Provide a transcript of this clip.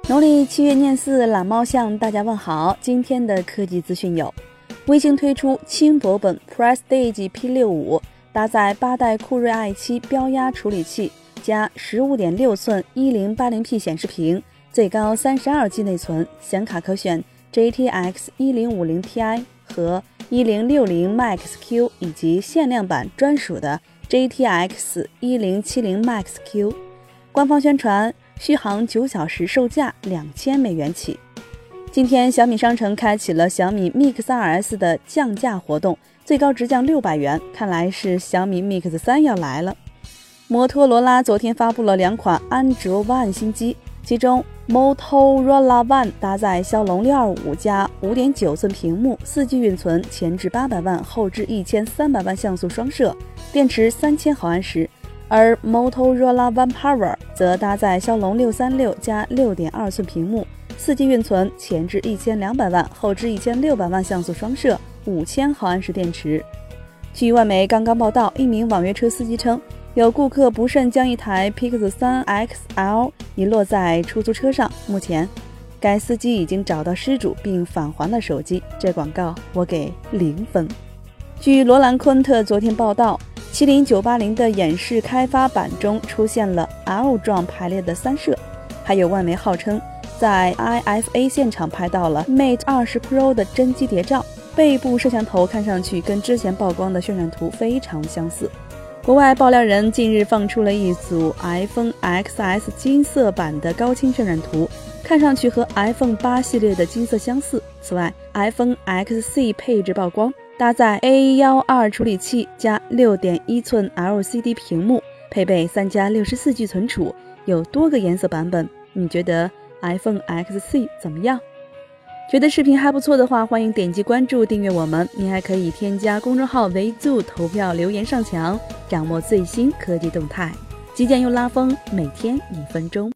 农历7月廿4，懒猫向大家问好。今天的科技资讯有：微星推出轻薄本 Prestige P65， 搭载8代酷睿 i7 标压处理器，加 15.6 寸 1080p 显示屏，最高 32G 内存，显卡可选 GTX 1050 Ti 和1060 Max Q 以及限量版专属的 GTX 1070 Max Q。官方宣传，续航9小时，售价$2000起。今天小米商城开启了小米 Mix 2S 的降价活动，最高直降600元，看来是小米 Mix 3要来了。摩托罗拉昨天发布了2款安卓 One 新机，其中 Motorola One 搭载骁龙625加 5.9 寸屏幕，4G 运存，前置800万，后置1300万像素双摄，电池3000毫安时。而 Motorola One Power 则搭载骁龙636加 6.2 寸屏幕，4G 运存，前置1200万，后置1600万像素双摄，5000毫安时电池。据外媒刚刚报道，一名网约车司机称，有顾客不慎将一台 Pixel 3 XL 遗落在出租车上，目前该司机已经找到失主并返还了手机。这广告我给0分。据罗兰昆特昨天报道，70980的演示开发版中出现了 L 状排列的3摄，还有外媒号称在 IFA 现场拍到了 Mate 20 Pro 的真机谍照，背部摄像头看上去跟之前曝光的渲染图非常相似。国外爆料人近日放出了一组 iPhone XS 金色版的高清渲染图，看上去和 iPhone 8系列的金色相似。此外 iPhone XC 配置曝光，搭载 A12 处理器加 6.1 寸 LCD 屏幕，配备3+64G 存储，有多个颜色版本。你觉得 iPhone XC 怎么样？觉得视频还不错的话，欢迎点击关注订阅我们。你还可以添加公众号维ZOO投票留言上墙，掌握最新科技动态。极简又拉风，每天1分钟。